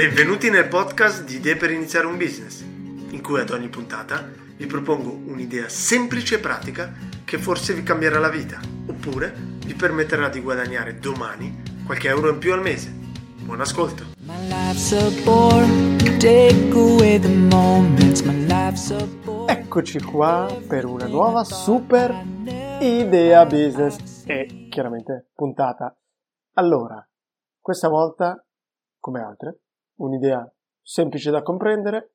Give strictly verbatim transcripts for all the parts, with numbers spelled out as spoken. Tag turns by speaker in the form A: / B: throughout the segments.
A: Benvenuti nel podcast di Idee per iniziare un business, in cui ad ogni puntata vi propongo un'idea semplice e pratica che forse vi cambierà la vita, oppure vi permetterà di guadagnare domani qualche euro in più al mese. Buon ascolto!
B: Eccoci qua per una nuova super idea business e chiaramente puntata. Allora, questa volta, come altre, un'idea semplice da comprendere,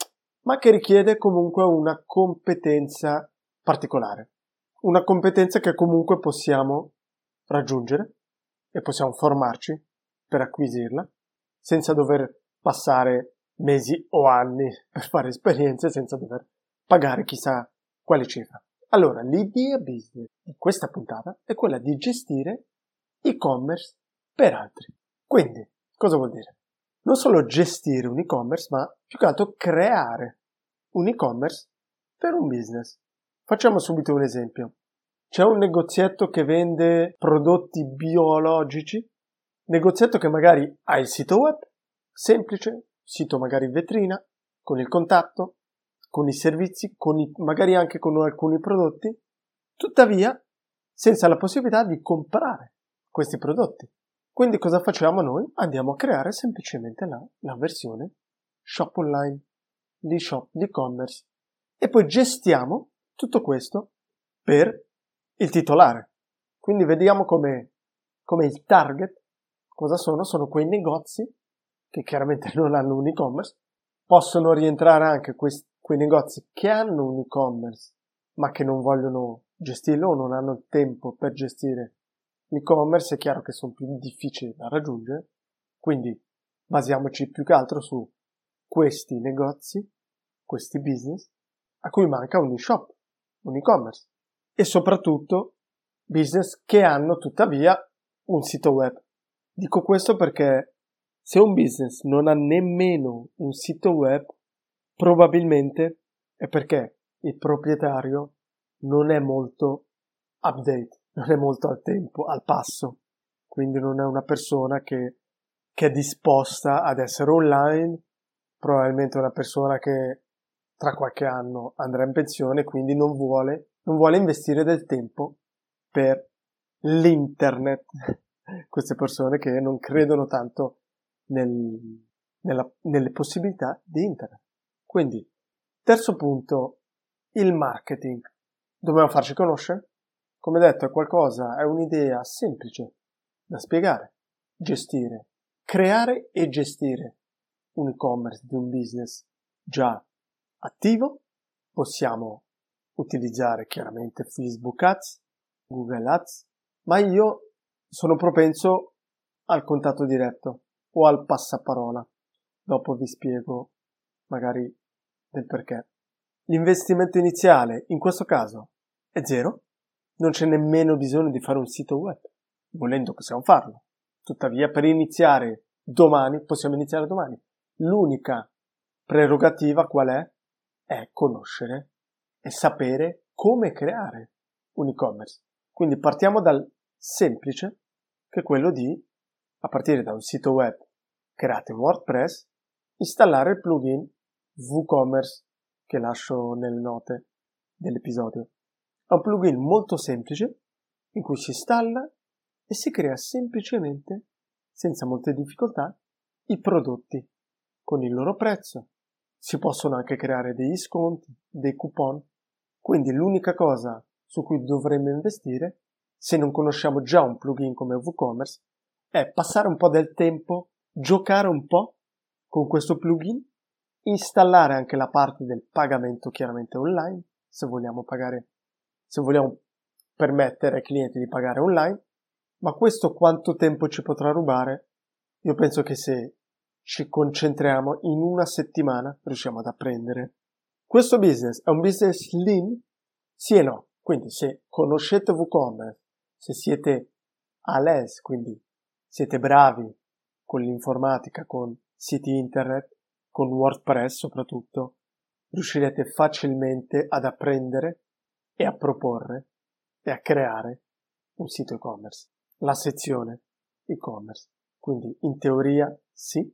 B: ma che richiede comunque una competenza particolare. Una competenza che comunque possiamo raggiungere e possiamo formarci per acquisirla, senza dover passare mesi o anni per fare esperienze, senza dover pagare chissà quale cifra. Allora, l'idea business di questa puntata è quella di gestire e-commerce per altri. Quindi, cosa vuol dire? Non solo gestire un e-commerce, ma più che altro creare un e-commerce per un business. Facciamo subito un esempio. C'è un negozietto che vende prodotti biologici, negozietto che magari ha il sito web, semplice, sito magari in vetrina, con il contatto, con i servizi, con i, magari anche con alcuni prodotti, tuttavia senza la possibilità di comprare questi prodotti. Quindi cosa facciamo noi? Andiamo a creare semplicemente la, la versione shop online, di shop, di e-commerce, e poi gestiamo tutto questo per il titolare. Quindi vediamo come come il target, cosa sono? Sono quei negozi che chiaramente non hanno un e-commerce, possono rientrare anche questi, quei negozi che hanno un e-commerce ma che non vogliono gestirlo o non hanno il tempo per gestire l'e-commerce. È chiaro che sono più difficili da raggiungere, quindi basiamoci più che altro su questi negozi, questi business a cui manca un e-shop, un e-commerce, e soprattutto business che hanno tuttavia un sito web. Dico questo perché se un business non ha nemmeno un sito web, probabilmente è perché il proprietario non è molto update, non è molto al tempo, al passo, quindi non è una persona che, che è disposta ad essere online, probabilmente una persona che tra qualche anno andrà in pensione, quindi non vuole, non vuole investire del tempo per l'internet. Queste persone che non credono tanto nel, nella, nelle possibilità di internet. Quindi, terzo punto, il marketing. Dobbiamo farci conoscere? Come detto, è qualcosa, è un'idea semplice da spiegare, gestire, creare e gestire un e-commerce di un business già attivo. Possiamo utilizzare chiaramente Facebook Ads, Google Ads, ma io sono propenso al contatto diretto o al passaparola. Dopo vi spiego magari del perché. L'investimento iniziale in questo caso è zero, non c'è nemmeno bisogno di fare un sito web, volendo possiamo farlo. Tuttavia per iniziare domani, possiamo iniziare domani. L'unica prerogativa qual è? È conoscere e sapere come creare un e-commerce. Quindi partiamo dal semplice, che è quello di, a partire da un sito web creato in WordPress, installare il plugin WooCommerce che lascio nelle note dell'episodio. È un plugin molto semplice in cui si installa e si crea semplicemente, senza molte difficoltà, i prodotti con il loro prezzo. Si possono anche creare degli sconti, dei coupon. Quindi l'unica cosa su cui dovremmo investire, se non conosciamo già un plugin come WooCommerce, è passare un po' del tempo, giocare un po' con questo plugin, installare anche la parte del pagamento chiaramente online, se vogliamo pagare, se vogliamo permettere ai clienti di pagare online. Ma questo quanto tempo ci potrà rubare? Io penso che se ci concentriamo in una settimana riusciamo ad apprendere. Questo business è un business lean? Sì e no. Quindi se conoscete WooCommerce, se siete all'aise, quindi siete bravi con l'informatica, con siti internet, con WordPress soprattutto, riuscirete facilmente ad apprendere e a proporre e a creare un sito e-commerce. La sezione e-commerce. Quindi in teoria sì,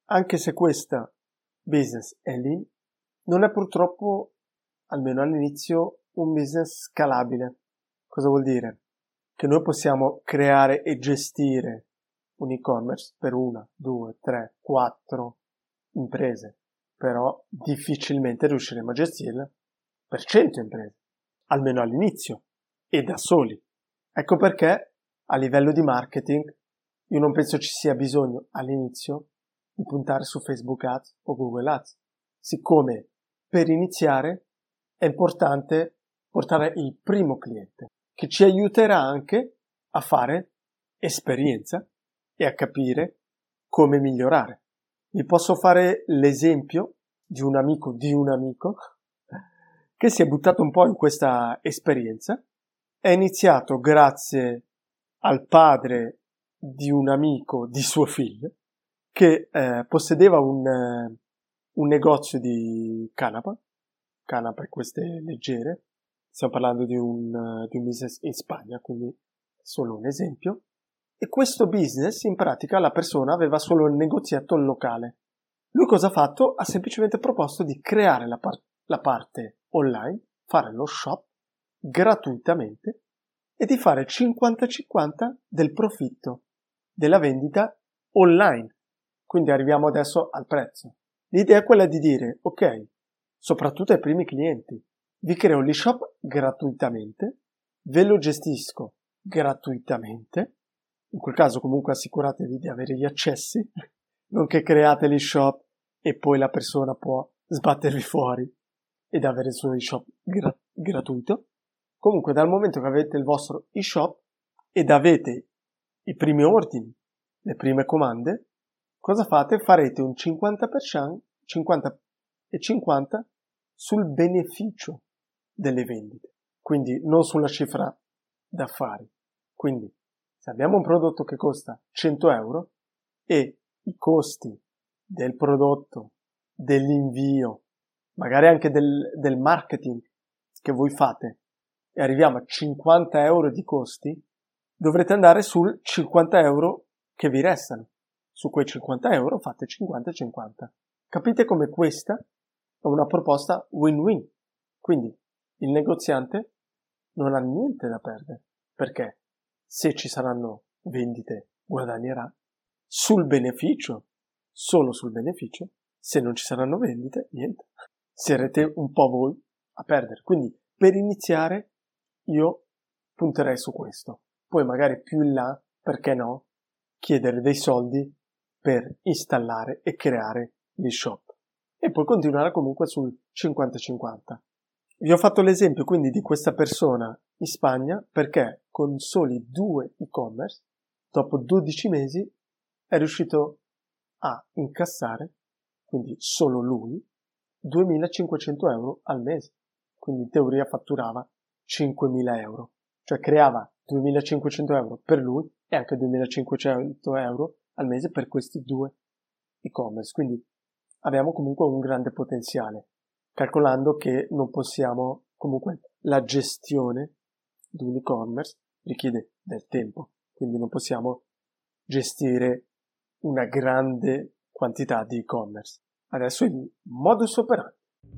B: anche se questa business è lì, non è purtroppo, almeno all'inizio, un business scalabile. Cosa vuol dire? Che noi possiamo creare e gestire un e-commerce per una, due, tre, quattro imprese, però difficilmente riusciremo a gestirla per cento imprese, almeno all'inizio, e da soli. Ecco perché a livello di marketing io non penso ci sia bisogno all'inizio di puntare su Facebook Ads o Google Ads, siccome per iniziare è importante portare il primo cliente, che ci aiuterà anche a fare esperienza e a capire come migliorare. Vi posso fare l'esempio di un amico di un amico che si è buttato un po' in questa esperienza. È iniziato grazie al padre di un amico di suo figlio che eh, possedeva un, eh, un negozio di canapa, canapa queste leggere. Stiamo parlando di un, uh, di un business in Spagna, quindi solo un esempio. E questo business, in pratica, la persona aveva solo il negozietto locale. Lui cosa ha fatto? Ha semplicemente proposto di creare la, par- la parte online, fare lo shop gratuitamente e di fare cinquanta cinquanta del profitto della vendita online. Quindi arriviamo adesso al prezzo. L'idea è quella di dire, ok, soprattutto ai primi clienti, vi creo l'e-shop gratuitamente, ve lo gestisco gratuitamente, in quel caso comunque assicuratevi di avere gli accessi, non che create l'e-shop e poi la persona può sbattervi fuori ed avere il suo e-shop gra- gratuito. Comunque dal momento che avete il vostro e-shop ed avete i primi ordini, le prime comande, cosa fate? Farete un cinquanta per cento, cinquanta e cinquanta sul beneficio delle vendite, quindi non sulla cifra d'affari. Quindi se abbiamo un prodotto che costa cento euro e i costi del prodotto, dell'invio, magari anche del, del marketing che voi fate e arriviamo a cinquanta euro di costi, dovrete andare sul cinquanta euro che vi restano. Su quei cinquanta euro fate cinquanta e cinquanta. Capite come questa è una proposta win-win? Quindi il negoziante non ha niente da perdere, perché se ci saranno vendite guadagnerà sul beneficio, solo sul beneficio. Se non ci saranno vendite, niente. Sarete un po' voi a perdere. Quindi per iniziare io punterei su questo. Poi magari più in là, perché no, chiedere dei soldi per installare e creare l'e-shop. E poi continuare comunque sul cinquanta cinquanta. Vi ho fatto l'esempio quindi di questa persona in Spagna perché con soli due e-commerce, dopo dodici mesi, è riuscito a incassare, quindi solo lui, duemilacinquecento euro al mese. Quindi in teoria fatturava cinquemila euro. Cioè creava duemilacinquecento euro per lui e anche duemilacinquecento euro al mese per questi due e-commerce. Quindi abbiamo comunque un grande potenziale, calcolando che non possiamo, comunque la gestione di un e-commerce richiede del tempo, quindi non possiamo gestire una grande quantità di e-commerce. Adesso il modus operandi.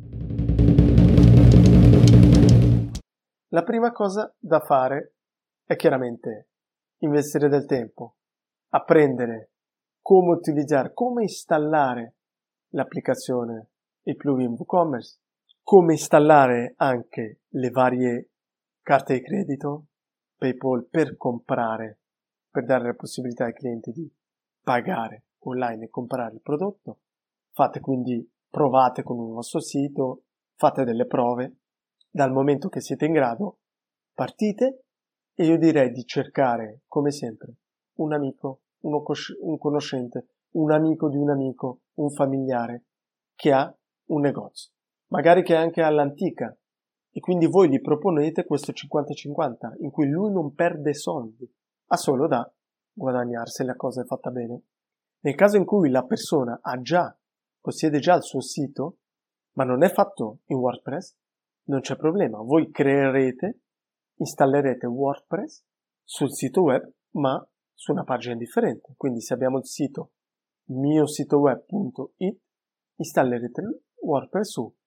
B: La prima cosa da fare è chiaramente investire del tempo, apprendere come utilizzare, come installare l'applicazione, il plugin WooCommerce, come installare anche le varie carte di credito, PayPal per comprare, per dare la possibilità ai clienti di pagare online e comprare il prodotto. Fate quindi, provate con un vostro sito, fate delle prove. Dal momento che siete in grado, partite e io direi di cercare, come sempre, un amico, uno cosci- un conoscente, un amico di un amico, un familiare che ha un negozio, magari che è anche all'antica, e quindi voi gli proponete questo cinquanta cinquanta in cui lui non perde soldi, ha solo da guadagnarsi, la cosa è fatta bene. Nel caso in cui la persona ha già, possiede già il suo sito, ma non è fatto in WordPress, non c'è problema, voi creerete, installerete WordPress sul sito web, ma su una pagina differente. Quindi se abbiamo il sito miositoweb.it, installerete WordPress su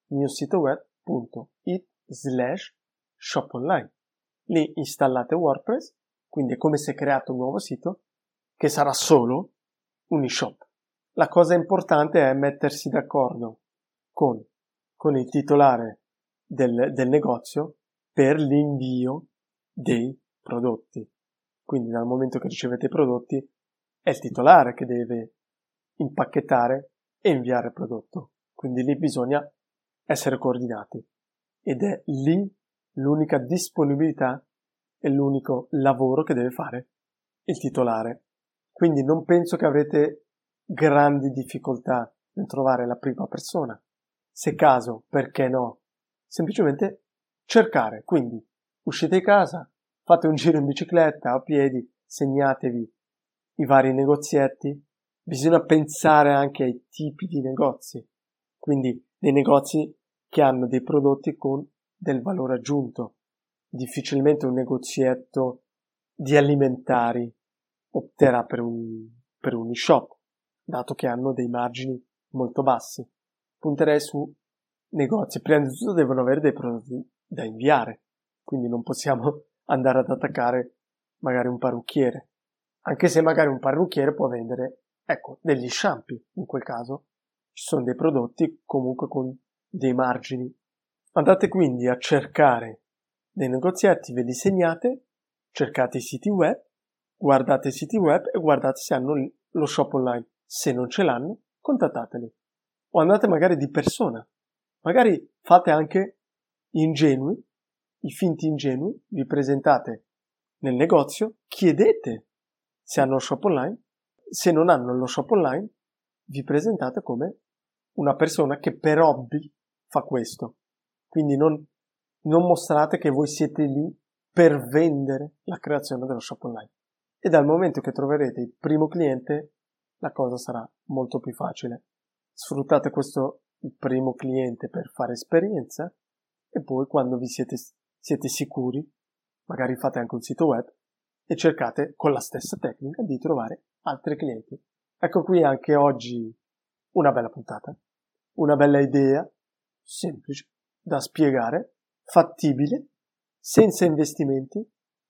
B: miositoweb.it slash shop online. Lì installate WordPress, quindi è come se create un nuovo sito che sarà solo un e-shop. La cosa importante è mettersi d'accordo con, con il titolare del, del negozio per l'invio dei prodotti. Quindi dal momento che ricevete i prodotti è il titolare che deve impacchettare e inviare il prodotto. Quindi lì bisogna essere coordinati ed è lì l'unica disponibilità e l'unico lavoro che deve fare il titolare. Quindi non penso che avrete grandi difficoltà nel trovare la prima persona. Se caso, perché no? Semplicemente cercare. Quindi uscite di casa, fate un giro in bicicletta, a piedi, segnatevi i vari negozietti. Bisogna pensare anche ai tipi di negozi. Quindi dei negozi che hanno dei prodotti con del valore aggiunto. Difficilmente un negozietto di alimentari opterà per un, per un e-shop, dato che hanno dei margini molto bassi. Punterei su negozi, prima di tutto devono avere dei prodotti da inviare, quindi non possiamo andare ad attaccare magari un parrucchiere, anche se magari un parrucchiere può vendere, ecco, degli shampoo, in quel caso ci sono dei prodotti comunque con dei margini. Andate quindi a cercare dei negozietti, ve li segnate, cercate i siti web, guardate i siti web e guardate se hanno lo shop online. Se non ce l'hanno, contattateli. O andate magari di persona. Magari fate anche ingenui, i finti ingenui, vi presentate nel negozio, chiedete se hanno lo shop online. Se non hanno lo shop online, vi presentate come una persona che per hobby fa questo. Quindi non, non mostrate che voi siete lì per vendere la creazione dello shop online. E dal momento che troverete il primo cliente, la cosa sarà molto più facile. Sfruttate questo il primo cliente per fare esperienza e poi quando vi siete, siete sicuri, magari fate anche un sito web e cercate con la stessa tecnica di trovare altri clienti. Ecco qui anche oggi una bella puntata, una bella idea, semplice, da spiegare, fattibile, senza investimenti,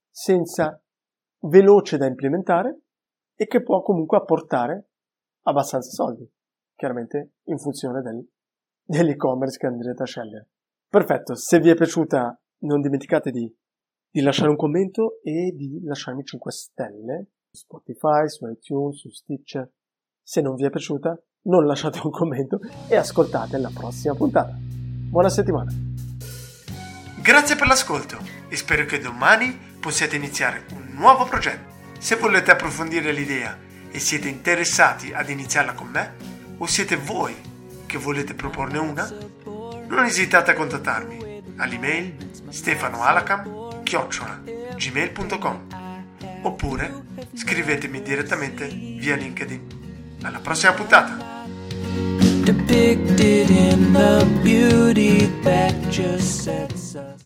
B: senza veloce da implementare e che può comunque apportare abbastanza soldi, chiaramente in funzione del, dell'e-commerce che andrete a scegliere. Perfetto, se vi è piaciuta non dimenticate di, di lasciare un commento e di lasciarmi cinque stelle su Spotify, su iTunes, su Stitcher. Se non vi è piaciuta non lasciate un commento e ascoltate la prossima puntata. Buona settimana!
A: Grazie per l'ascolto e spero che domani possiate iniziare un nuovo progetto. Se volete approfondire l'idea e siete interessati ad iniziarla con me, o siete voi che volete proporne una, non esitate a contattarmi all'email stefanoalacam chiocciola gmail punto com oppure scrivetemi direttamente via LinkedIn. Alla prossima puntata! Depicted in the beauty that just sets